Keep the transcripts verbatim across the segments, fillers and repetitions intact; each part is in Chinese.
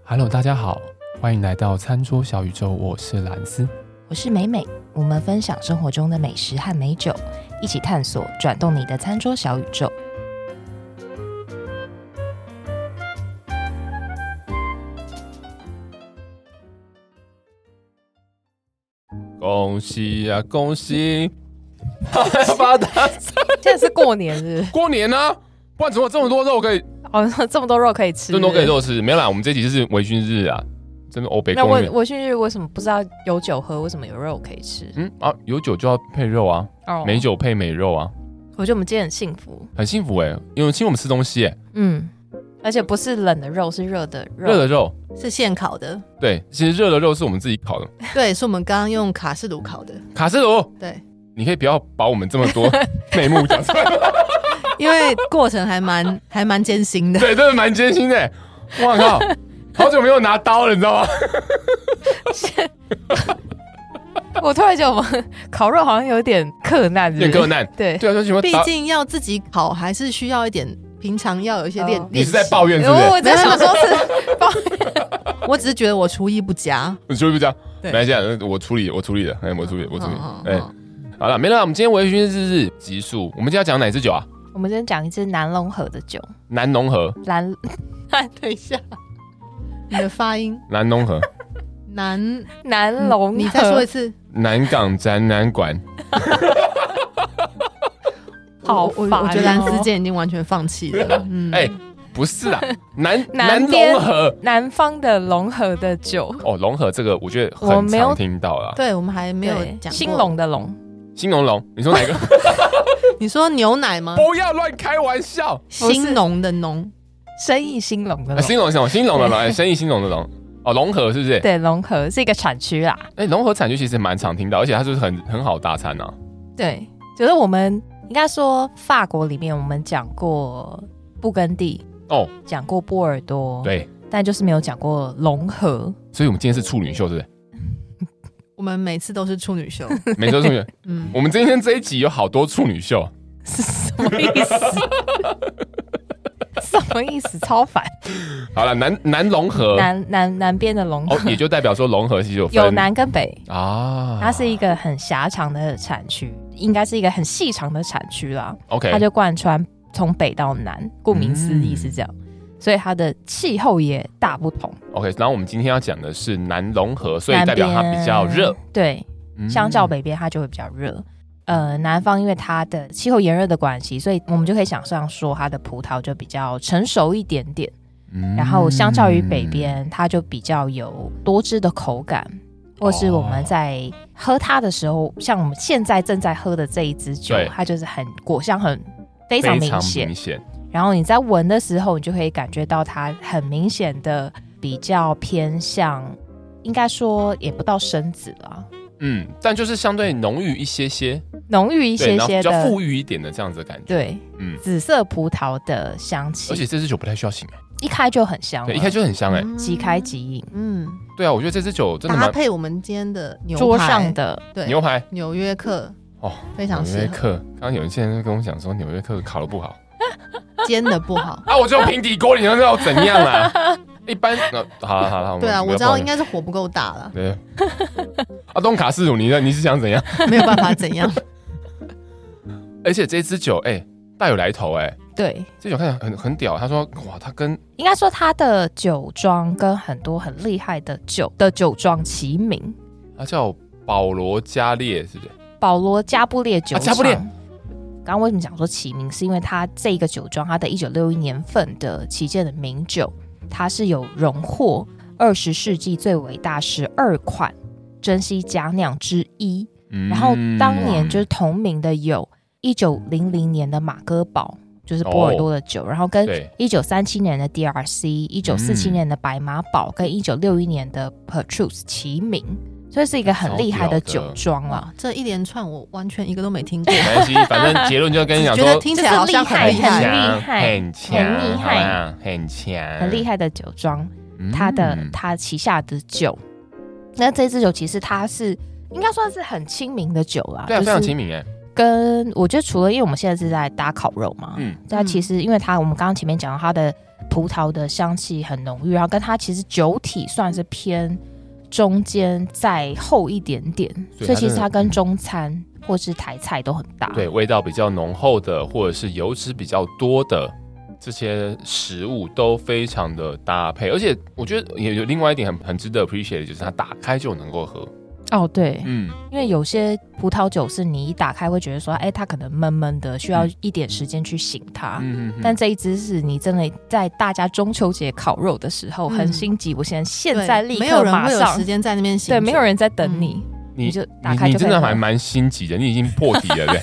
Hello， 大家好，欢迎来到餐桌小宇宙，我是蓝斯， 我是美美，我们分享生活中的美食和美酒，一起探索转动你的餐桌小宇宙。 恭喜啊，恭喜！发大财！ 现在是过年是不是？ 过年啊，不然怎么有这么多肉可以？ 哦，这么多肉可以吃， 这么多可以肉吃，没有啦，我们这集就是微醺日啊，真的欧北那公园。 微醺日为什么不知道有酒喝？为什么有肉可以吃？ 嗯啊，有酒就要配肉啊，哦、美酒配美肉啊。 我觉得我们今天很幸福， 很幸福哎、欸，因为请我们吃东西哎、欸。 嗯，而且不是冷的肉，是热的肉， 热的肉是现烤的。 对，其实热的肉是我们自己烤的。 对，是我们刚刚用卡式炉烤的。 卡式炉， 对， 你可以不要把我们这么多内幕讲出来吗？ 因为过程还蛮还蛮艰辛的。 对，真的蛮艰辛的。哇靠，好久没有拿刀了，你知道吗？ 我突然觉得我们烤肉好像有点克难， 有点克难。 对对啊，就毕竟要自己烤，还是需要一点平常要有一些练。 哦、你是在抱怨是不是？ 我在想说是抱怨。 我只是觉得我厨艺不佳。 你厨艺不佳，没关系，我处理，我处理的，哎，我处理，我处理。哎、 哦， 好了，没了。我们今天微醺日日集数，我们今天要讲哪支酒啊？ 我们今天讲一支南隆河的酒。 南隆河。 南， 等一下，你的发音。 南隆河。 南南隆河、 嗯，你再说一次。 南港展览馆。 好烦、哦、 我我觉得蓝斯今天已经完全放弃了。嗯， 哎、欸，不是啦，南南隆河， 南方的隆河的酒。 哦，隆河这个我觉得很常听到啦。 对，我们还没有讲过。 兴隆的隆。 兴隆隆，你说哪个？ 你说牛奶吗？ 不要乱开玩笑。 兴农的农， 生意兴隆的隆。 兴隆兴兴隆的隆，生意兴隆的隆。哦，隆河是不是？ 对，隆河是一个产区啦。 哎、欸，隆河产区其实蛮常听到，而且它就是很很好大餐啊。 对，就是我们应该说法国里面，我们讲过布根地哦， 讲过波尔多， 对， 但就是没有讲过隆河。 所以我们今天是处女秀，是不是？ 我们每次都是处女秀， 每次都处女。嗯，我们今天这一集有好多处女秀， 是什么意思？什么意思？超烦。 好了，南南隆河， 南南南边的隆河、 哦，也就代表说隆河其实有分有南跟北啊， 它是一个很狭长的产区，应该是一个很细长的产区啦。 OK， 它就贯穿从北到南，顾名思义是这样。嗯，所以它的气候也大不同。 OK， 然后我们今天要讲的是南隆河，所以代表它比较热。 对，相较北边它就会比较热。呃，南方因为它的气候炎热的关系，所以我们就可以想象说它的葡萄就比较成熟一点点。嗯，然后相较于北边，它就比较有多汁的口感，或是我们在喝它的时候，像我们现在正在喝的这一支酒，它就是很果香很非常明显。然后你在闻的时候，你就可以感觉到它很明显的比较偏向，应该说也不到深紫啦， 嗯，但就是相对浓郁一些些， 浓郁一些些的， 比较富裕一点的这样子的感觉。 对，嗯，紫色葡萄的香气， 而且这支酒不太需要醒， 一开就很香了， 对，一开就很香哎， 即开即饮。 嗯， 对啊，我觉得这支酒真的搭配我们今天的牛排桌上的对牛排纽约客哦， 非常适合。 纽约客，刚刚有一些人跟我讲说纽约客烤得不好。 煎的不好啊！我就平底锅，你知道怎样啊？一般，呃、好了好了， 对啊，我知道应该是火不够大了。 对，阿东卡式鲁，你你是想怎样？ 没有办法怎样。 而且这支酒，哎、欸，大有来头、欸，哎， 对， 这酒看起来很很屌。他说，哇，他跟应该说他的酒庄跟很多很厉害的酒的酒庄齐名。 他叫保罗加列，是不是？ 保罗加布列酒厂。 啊、加布列。 刚刚为什么讲说齐名？是因为它这个酒庄，它的一九六一年份的旗舰的名酒，它是有荣获二十世纪最伟大十二款珍稀佳酿之一。嗯、然后当年就是同名的有一九零零年的马哥堡，就是波尔多的酒，哦、然后跟一九三七年的 D R C、一九四七年的白马堡、嗯、跟一九六一年的 Petrus 齐名。所以是一个很厉害的酒庄啊！ 这一连串我完全一个都没听过。 没关系，反正结论就跟你讲说， 觉得听起来好像很厉害， 很厉害， 很强， 很厉害， 很强， 很厉害的酒庄。它的它旗下的酒，那这支酒其实它是应该算是很亲民的酒啦， 对啊，非常亲民哎。 跟我觉得除了因为我们现在是在搭烤肉嘛，嗯，那其实因为它我们刚刚前面讲到它的葡萄的香气很浓郁，然后跟它其实酒体算是偏中间再厚一点点，所以其实它跟中餐或是台菜都很搭。 对，味道比较浓厚的，或者是油脂比较多的这些食物都非常的搭配，而且我觉得也有另外一点很很值得 appreciate 的，就是它打开就能够喝。 哦，对， 嗯， 因为有些葡萄酒是你一打开会觉得说，哎，它可能闷闷的，需要一点时间去醒它。嗯嗯嗯，但这一支是你真的在大家中秋节烤肉的时候，很心急不现，现在立刻马上， 没有人会有时间在那边醒， 对，没有人在等你，嗯、你, 你就打开就可以喝。 你真的还蛮心急的，你已经破题了，对。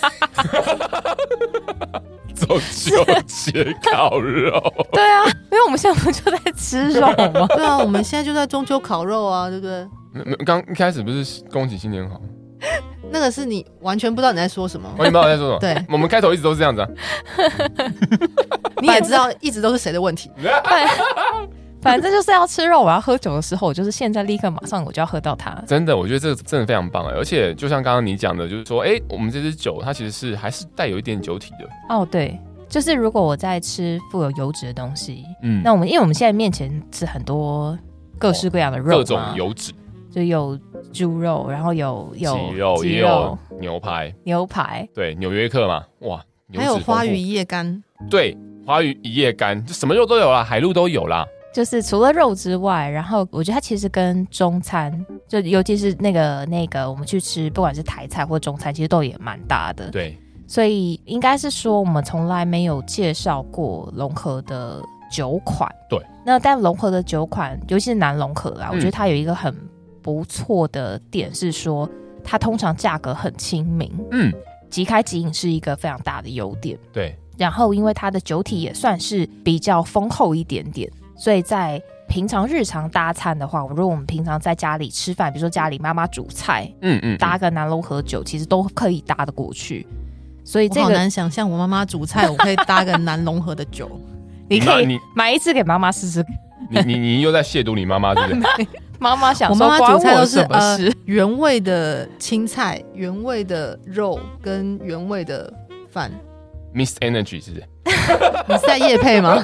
中秋节烤肉， 对啊，因为我们现在不就在吃肉吗？ 对啊，我们现在就在中秋烤肉啊，对不对？ 刚一开始不是恭喜新年好， 那个是你完全不知道你在说什么， 完全不知道我在说什么。 对， 我们开头一直都是这样子啊。 你也知道，一直都是谁的问题。 反正就是要吃肉，我要喝酒的时候，我就是现在立刻马上我就要喝到它。 真的，我觉得这个真的非常棒，而且就像刚刚你讲的，就是说，哎、欸，我们这支酒它其实是还是带有一点酒体的。 哦，对，就是如果我在吃富有油脂的东西，嗯，那我们因为我们现在面前是很多各式各样的肉、哦， 各种油脂。 就有猪肉，然后有有鸡肉，也有牛排， 牛排， 对，纽约客嘛，哇， 还有花鱼一夜干， 对，花鱼一夜干，就什么肉都有啦，海陆都有啦。 就是除了肉之外，然后我觉得它其实跟中餐，就尤其是那个那个我们去吃，不管是台菜或中餐，其实都也蛮搭的。 对， 所以应该是说我们从来没有介绍过融合的酒款。 对， 那但融合的酒款，尤其是南融合啦、嗯，我觉得它有一个很不错的点是说，它通常价格很亲民，嗯，即开即饮是一个非常大的优点。 对， 然后因为它的酒体也算是比较丰厚一点点，所以在平常日常搭餐的话，如果我们平常在家里吃饭，比如说家里妈妈煮菜，嗯嗯，搭个南融合酒，其实都可以搭得过去。所以这个我好难想象，我妈妈煮菜，我可以搭个南融合的酒。 你可以买一支给妈妈试试。 你你你又在亵渎你妈妈，对不对？ 妈妈想说， 我妈妈煮菜都是呃原味的青菜、原味的肉跟原味的饭。 Miss Energy 是不是？ 你是在业配吗？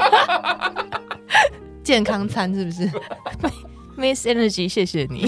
健康餐是不是 ？Miss Energy， 谢谢你。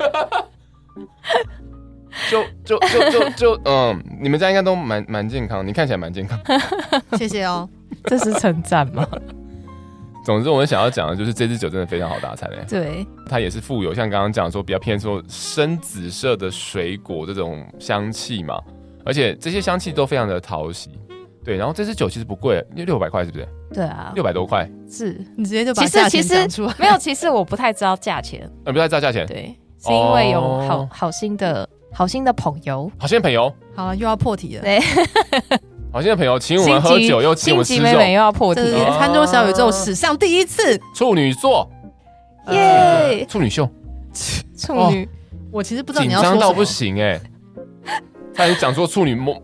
就就就就就嗯，你们家应该都蛮蛮健康，你看起来蛮健康。 谢谢哦， 这是称赞吗？ 总之，我们想要讲的就是这支酒真的非常好搭餐诶。 对， 它也是富有像刚刚讲说比较偏说深紫色的水果这种香气嘛，而且这些香气都非常的讨喜。对，然后这支酒其实不贵，六百块是不是？ 对啊， 六百多块。 是你直接就把价钱讲出来。 没有，其实我不太知道价钱。 呃，不太知道价钱。 对，是因为有好、哦、好心的好心的朋友， 好心的朋友， 好又要破题了。 对。 好心的朋友请我们喝酒，又请我们吃肉， 妹妹又要破题了。 餐桌小宇宙史上第一次处女座， 耶、呃！ 处女秀， 处女、哦， 我其实不知道你要说什么， 紧张到不行哎、欸！差点讲说处女膜，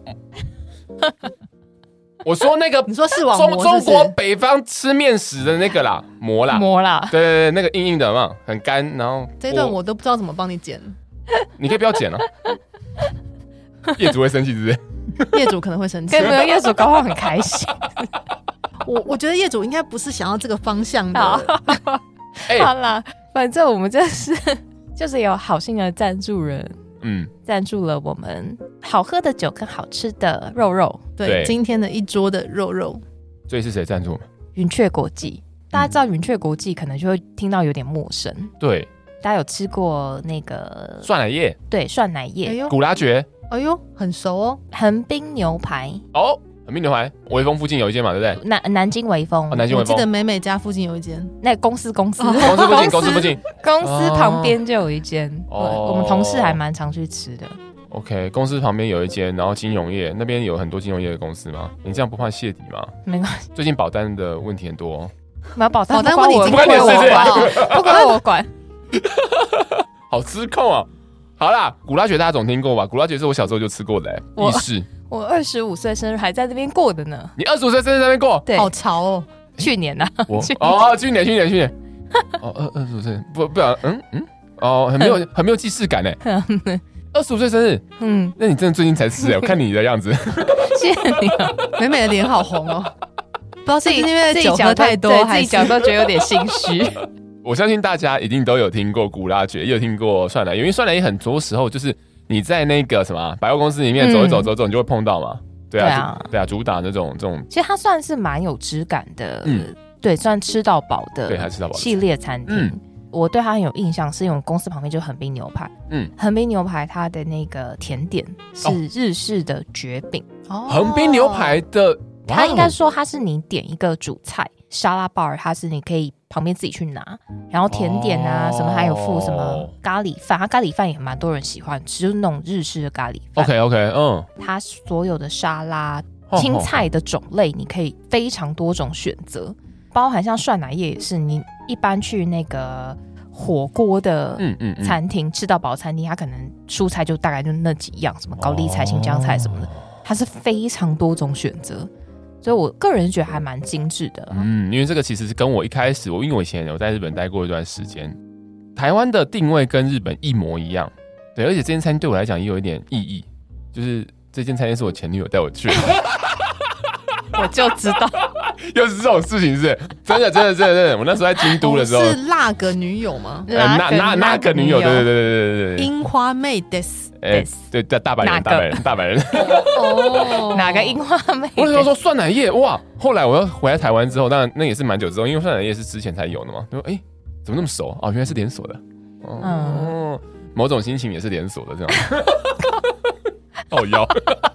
我说那个， 你说视网膜是不是中中国北方吃面食的那个啦，膜啦， 膜啦， 对对对，那个硬硬的嘛，很干，然后这一段我都不知道怎么帮你剪， 你可以不要剪啊，业主会生气，是不是？ 业主可能会生气， 跟没有业主搞不好很开心。 我我觉得业主应该不是想要这个方向的。 欸、好啦，反正我们这是就是有好心的赞助人，嗯，赞助了我们好喝的酒跟好吃的肉肉。 对，对今天的一桌的肉肉。 所以是谁赞助？ 云雀国际。大家知道云雀国际，可能就会听到有点陌生。 对， 大家有吃过那个涮奶叶？ 对，涮奶叶， 古拉爵。 哎呦，很熟哦！ 横滨牛排哦，横滨牛排，微风附近有一间嘛，对不对？ 南南京微风， 哦、南京微风， 我记得美美家附近有一间， 那公司公司、 哦、公司附近，公司附近， 公司旁边就有一间、哦，我们同事还蛮常去吃的。 OK， 公司旁边有一间，然后金融业那边有很多金融业的公司吗？你这样不怕泄底吗？ 没关系， 最近保单的问题很多、哦， 没有保单， 保单问题不关我管，不关我管， 好失控啊！好啦，古拉爵大家总听过吧？古拉爵是我小时候就吃过的、欸，意式。 我二十五岁生日还在这边过的呢。 你二十五岁生日在那边过？ 对， 好潮哦！ 去年啊， 我哦，去年，去年，去年。哦，二二十五岁，不不然，嗯嗯，哦，很没有很没有既视感哎。二十五岁生日，嗯，那你真的最近才吃哎、欸？我看你的样子。 谢谢你啊， 美美的脸好红哦。 不知道是因为酒喝太多，还是自己讲都觉得有点心虚。 我相信大家一定都有听过古拉爵，也有听过涮奶叶，因为涮奶叶很多时候就是你在那个什么百货公司里面走一走走走，你就会碰到嘛。对啊，对啊，对啊，主打那种这种， 其实它算是蛮有质感的，嗯，对，算吃到饱的， 对，还吃到饱系列餐厅。嗯，我对它很有印象，是因为我们公司旁边就是横滨牛排，嗯，横滨牛排它的那个甜点是日式的蕨饼， 哦，横滨牛排的， 它应该说它是你点一个主菜沙拉 bar， 它是你可以旁边自己去拿，然后甜点啊、哦、什么还有附什么咖喱饭，它咖喱饭也蛮多人喜欢吃，就是那种日式的咖喱饭。 OK OK， 嗯， 它所有的沙拉、青菜的种类，你可以非常多种选择，包含像涮奶叶也是，你一般去那个火锅的餐厅、嗯嗯嗯、吃到饱餐厅，它可能蔬菜就大概就那几样，什么高丽菜、青江菜什么的，它是非常多种选择。所以我个人觉得还蛮精致的、啊、 嗯，因为这个其实是跟我一开始我因为我以前有在日本待过一段时间，台湾的定位跟日本一模一样，对，而且这间餐厅对我来讲也有一点意义，就是这间餐厅是我前女友带我去的我就知道又是这种事情，是真的真的真的真的，我那时候在京都的时候、 哦、是那个女友吗？ 呃、那那那个女友，对对对对对对， 樱花妹 des， 哎，对，大阪人，大阪人，大阪人。 哦，哪个樱花妹？ 我那时候说涮奶叶，哇！后来我要回来台湾之后，当然那也是蛮久之后，因为涮奶叶是之前才有的嘛。就说，哎、欸，怎么那么熟？哦，原来是连锁的。哦，嗯、某种心情也是连锁的这样。哦腰，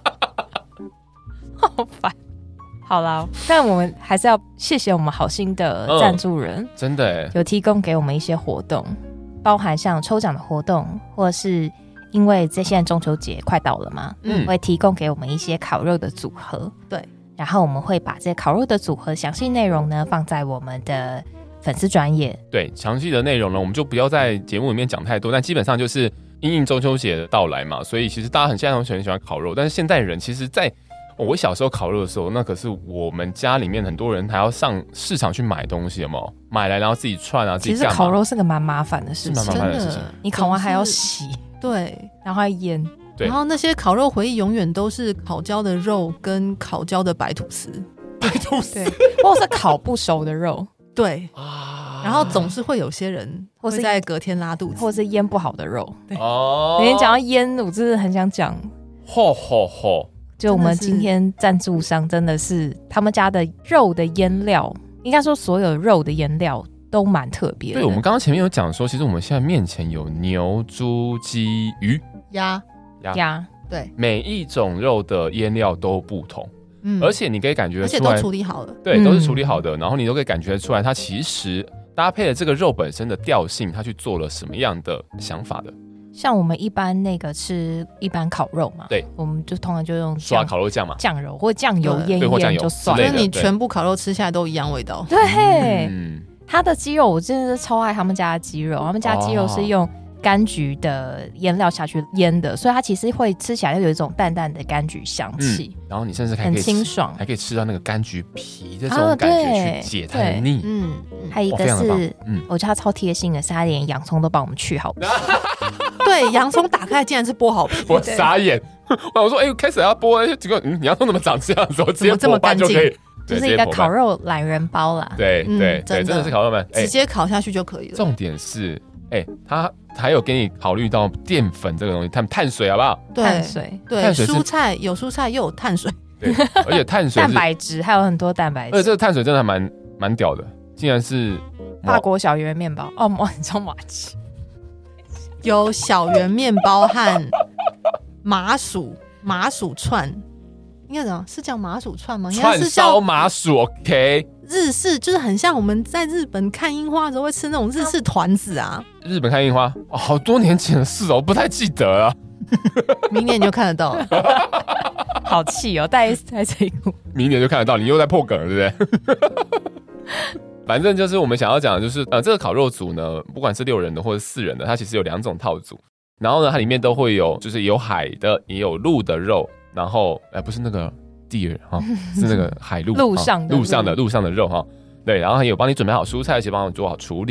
好烦。好啦，但我们还是要谢谢我们好心的赞助人，嗯、 真的耶有提供给我们一些活动，包含像抽奖的活动，或者是因为这现在中秋节快到了嘛，嗯，会提供给我们一些烤肉的组合， 对， 然后我们会把这些烤肉的组合详细内容呢放在我们的粉丝专页， 对，详细的内容呢我们就不要在节目里面讲太多，但基本上就是因应中秋节的到来嘛，所以其实大家很现在很喜欢烤肉，但是现代人其实在哦、我小时候烤肉的时候，那可是我们家里面很多人还要上市场去买东西，有没有？买来然后自己串啊，自己干嘛？ 其实烤肉是个蛮麻烦的事情， 蛮麻烦的事情。 你烤完还要洗， 对， 然后还腌， 对。 然后那些烤肉回忆永远都是烤焦的肉跟烤焦的白吐司， 白吐司， 或是烤不熟的肉， 对啊。然后总是会有些人会在隔天拉肚子， 或是腌不好的肉。对哦，你讲到腌，我真的很想讲， 吼吼吼。 就我们今天赞助商真的是他们家的肉的腌料，应该说所有肉的腌料都蛮特别的。 对，我们刚刚前面有讲说，其实我们现在面前有牛、猪、鸡、鱼、 鸭、 鸭， 对， 每一种肉的腌料都不同，嗯，而且你可以感觉出来，而且都处理好了， 对，都是处理好的，嗯、然后你都可以感觉出来，它其实搭配了这个肉本身的调性，它去做了什么样的想法的。 像我们一般那个吃一般烤肉嘛， 对， 我们就通常就用刷烤肉酱嘛， 酱油或酱油腌一腌就算了， 因为你全部烤肉吃下来都一样味道。 对，嗯、它的鸡肉我真的是超爱他们家的鸡肉，他们家鸡肉是用柑橘的腌料下去腌的，所以它其实会吃起来有一种淡淡的柑橘香气、嗯， 然后你甚至还可以很清爽， 还可以吃到那个柑橘皮的这种感觉去解它的腻。嗯， 还有一个是，嗯，我觉得它超贴心的，是它连洋葱都帮我们去好皮。 对，洋葱打开竟然是剥好皮， 我傻眼。我说，哎、欸，开始要剥，结果嗯，洋葱怎么长这样子？我直接剥半就可以， 就是一个烤肉懒人包啦。 对对、嗯、对，真的是烤肉man， 直接烤下去就可以了。 重点是。哎、欸，他还有给你考虑到淀粉这个东西，碳碳水好不好？ 对， 碳水， 对，碳水蔬菜有蔬菜又有碳水， 对，而且碳水蛋白质还有很多蛋白质， 而且这个碳水真的还蛮蛮屌的，竟然是法国小圆面包哦，你知道马吉有小圆面包和麻薯麻薯串，应该怎样？是叫麻薯串吗？ 串烧麻薯 ，OK。 日式就是很像我们在日本看樱花的时候会吃那种日式团子啊。 日本看樱花、哦，好多年前的事哦，不太记得啊。 明年你就看得到了。 好气哦，带带这一股。 明年就看得到，你又在破梗了，对不对？反正就是我们想要讲的就是，呃，这个烤肉组呢，不管是六人的或者四人的，它其实有两种套组。然后呢，它里面都会有，就是有海的，也有陆的肉。然后，哎、呃，不是那个。deer 哈，是那个海陆路上的路上的路上的肉哈，对，然后还有帮你准备好蔬菜，而且帮你做好处理，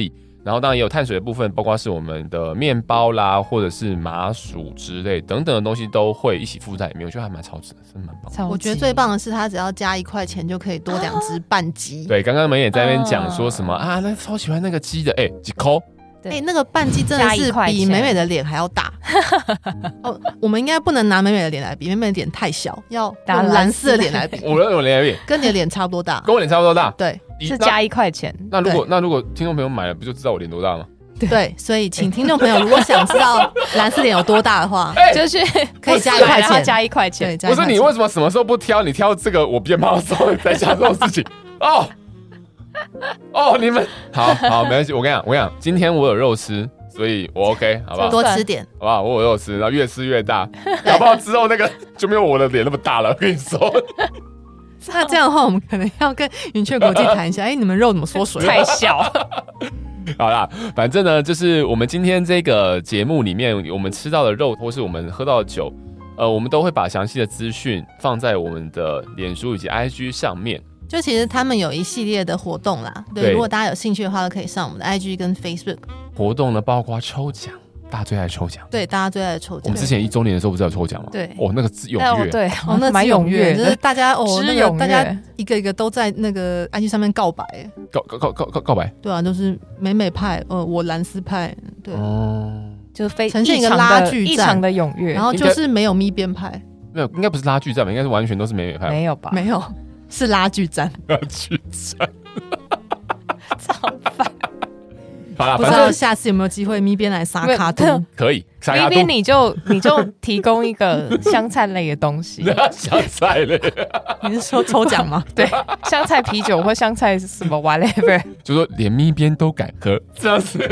然后当然也有碳水的部分，包括是我们的面包啦，或者是麻薯之类等等的东西都会一起附在里面，我觉得还蛮超值的，真的蛮棒。 我觉得最棒的是，它只要加一块钱就可以多两只半鸡。 对，刚刚门也在那边讲说什么、嗯、啊，那超喜欢那个鸡的，哎，几扣。 哎、欸，那个半鸡真的是比美美的脸还要大哦。我们应该不能拿美美的脸来比，美美的脸太小，要用蓝丝的脸来比。 我用脸来比， 跟你的脸差不多大， 跟我脸差不多大。 对， 是加一块钱。 那如果那如果听众朋友买了，不就知道我脸多大吗？ 对，所以请听众朋友如果想知道蓝丝脸有多大的话， 就是可以加一块钱， 加一块钱。 不是你为什么什么时候不挑？你挑这个我变胖的时候再讲这种事情哦哦，你们好好没关系。我跟你讲，我跟你讲，今天我有肉吃。所以我 OK 好不好？ 多吃点好不好？我有肉吃，然后越吃越大，搞不好之后那个就没有我的脸那么大了。我跟你说， 那这样的话，我们可能要跟云雀国际谈一下。哎、欸，你们肉怎么缩水？ 太小。 好啦，反正呢，就是我们今天这个节目里面，我们吃到的肉或是我们喝到的酒，呃，我们都会把详细的资讯放在我们的脸书以及 I G 上面。 就其实他们有一系列的活动啦， 对, 对，如果大家有兴趣的话，可以上我们的 I G 跟 Facebook 活动呢，包括抽奖，大家最爱抽奖， 对，大家最爱抽奖。 我们之前一周年的时候不是有抽奖吗？ 对， 哦，那个踊跃， 对， 哦，那蛮踊跃， 就是大家哦，那个大家一个一个都在那个 I G 上面告白， 告告告告告白， 对啊，都是美美派，呃，我蓝丝派，对，哦， 就非呈现一个拉锯战， 异常的踊跃， 然后就是没有咪边派， 没有，应该不是拉锯战吧？应该是完全都是美美派， 没有吧？ 没有。是拉锯战， 拉锯战， 超烦。 好啦， 不知道下次有没有机会咪边来撒卡都可以， 咪边你就你就提供一个香菜类的东西， 香菜类， 你是说抽奖吗？ 对，香菜啤酒或香菜什么 whatever， 就说连咪边都敢喝，这样子。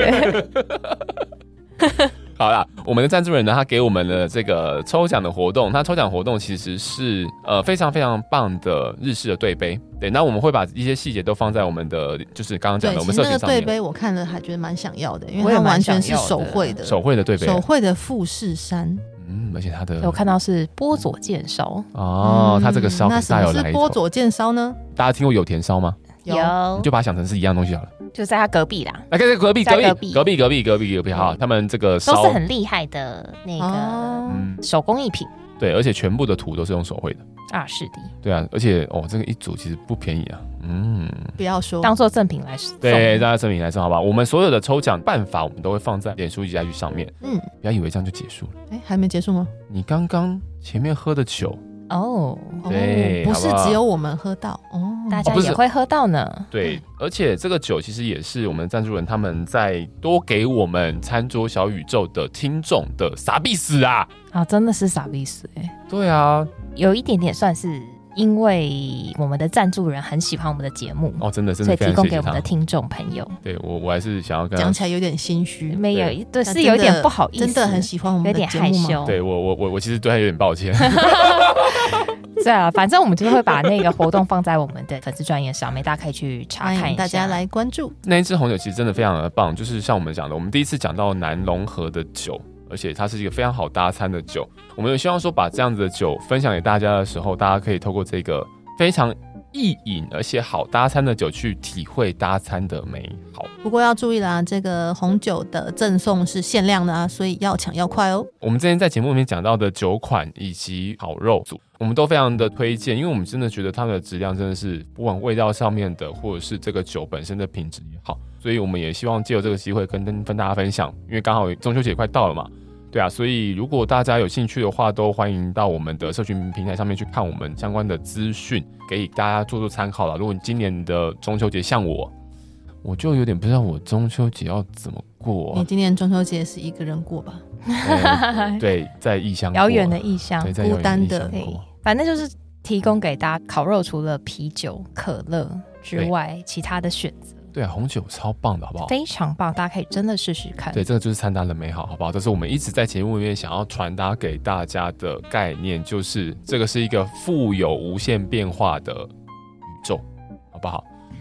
好啦，我们的赞助人呢，他给我们的这个抽奖的活动，他抽奖活动其实是呃非常非常棒的日式的对杯，对，那我们会把一些细节都放在我们的就是刚刚讲的我们社群上面。 那个对杯我看了还觉得蛮想要的，因为它完全是手绘的， 手绘的对杯， 手绘的富士山。 嗯，而且它的我看到是波佐见烧哦，它这个烧那大有来头。 什么是波佐见烧呢？ 大家听过有田烧吗？ 有， 你就把它想成是一样东西好了。 就在他隔壁啦， 啊，在隔壁， 隔壁，隔壁，隔壁，隔壁，隔壁，好，他们这个都是很厉害的那个手工艺品， 对，而且全部的图都是用手绘的啊，是的， 对啊，而且哦，这个一组其实不便宜啊，嗯， 不要说， 当做赠品来送， 对，当做赠品来送，好不好？我们所有的抽奖办法，我们都会放在脸书以及 I G 上面，嗯，不要以为这样就结束了， 哎，还没结束吗？ 你刚刚前面喝的酒。 哦， 对， 不是只有我们喝到哦， 大家也会喝到呢。 对，而且这个酒其实也是我们赞助人他们在多给我们餐桌小宇宙的听众的傻逼死啊！ 啊，真的是傻逼死哎。 对啊， 有一点点算是因为我们的赞助人很喜欢我们的节目哦，真的真的， 所以提供给我们的听众朋友。 对我，我还是想要跟讲起来有点心虚， 没有，对，是有点不好意思， 真的很喜欢我们的节目吗？ 有点害羞。 对我，我我我其实对他有点抱歉。 对啊，反正我们就会把那个活动放在我们的粉丝专页上面，大家可以去查看一下， 欢迎大家来关注。 那一支红酒其实真的非常的棒，就是像我们讲的，我们第一次讲到南隆河的酒，而且它是一个非常好搭餐的酒。我们也希望说把这样子的酒分享给大家的时候，大家可以透过这个非常易饮而且好搭餐的酒去体会搭餐的美好。 不过要注意啦，这个红酒的赠送是限量的啊，所以要抢要快哦。 我们之前在节目里面讲到的酒款以及烤肉组，我们都非常的推荐，因为我们真的觉得它们的质量真的是不管味道上面的，或者是这个酒本身的品质也好，所以我们也希望借由这个机会跟跟大家分享，因为刚好中秋节快到了嘛。对啊，所以如果大家有兴趣的话，都欢迎到我们的社群平台上面去看我们相关的资讯，给大家做做参考啦。如果你今年的中秋节像我，我就有点不知道我中秋节要怎么过、啊。 你今年中秋节是一个人过吧？ 欸、对，在异乡， 遥远的异乡， 孤单的。 反正就是提供给大家烤肉，除了啤酒、可乐之外，其他的选择。 对啊，红酒超棒的，好不好？ 非常棒，大家可以真的试试看。 对，这个就是餐搭的美好，好不好？这是我们一直在节目里面想要传达给大家的概念，就是这个是一个富有无限变化的宇宙，好不好？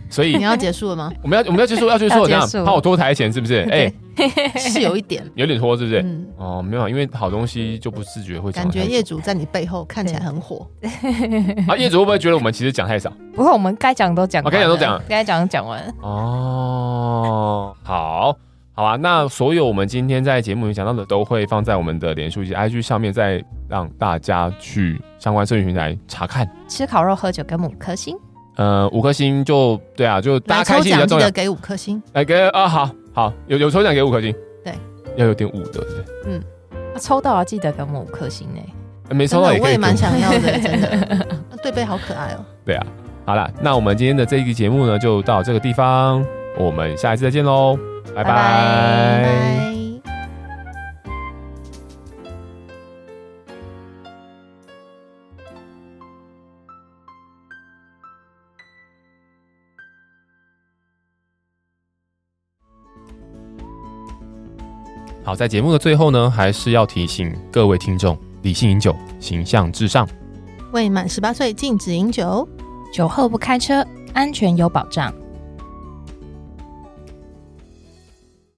所以你要结束了吗？ 我们要我们要结束要结束，这样要结束怕我拖台前是不是？哎、 是有一点， 有点拖是不是？ 嗯， 哦，没有，因为好东西就不自觉会讲感觉太久业主在你背后看起来很火。 啊，业主会不会觉得我们其实讲太少？ 不过我们该讲都讲完了， 哦该讲都讲了该讲讲完。 哦，好。好啊，那所有我们今天在节目里讲到的，都会放在我们的脸书以及 I G 上面，再让大家去相关社群平台查看。 吃烤肉喝酒给我们五颗星， 呃，五颗星就对啊，就大来家开抽奖心比较重要。 记得给五颗星。 来给啊，好好有有抽奖给五颗星， 对， 要有点五的，对， 嗯， 啊抽到啊记得给我们五颗星呢。 呃没抽真的我也到也可以给们蛮想要的，真的。对杯好可爱哦。 对啊，好啦，那我们今天的这一期节目呢，就到这个地方，我们下一次再见喽，拜拜。 拜拜拜。 好，在节目的最后呢，还是要提醒各位听众，理性饮酒，形象至上。 未满十八岁禁止饮酒。 酒后不开车，安全有保障。